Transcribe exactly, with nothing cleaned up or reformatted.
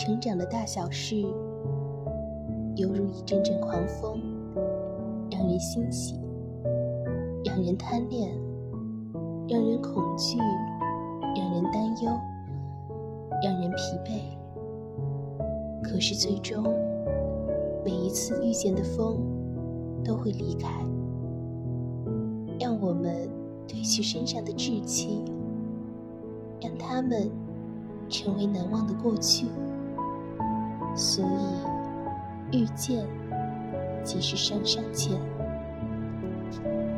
成长的大小事，犹如一阵阵狂风，让人欣喜，让人贪恋，让人恐惧，让人担忧，让人疲惫。可是最终，每一次遇见的风都会离开，让我们褪去身上的稚气，让它们成为难忘的过去。所以遇见即是上上签。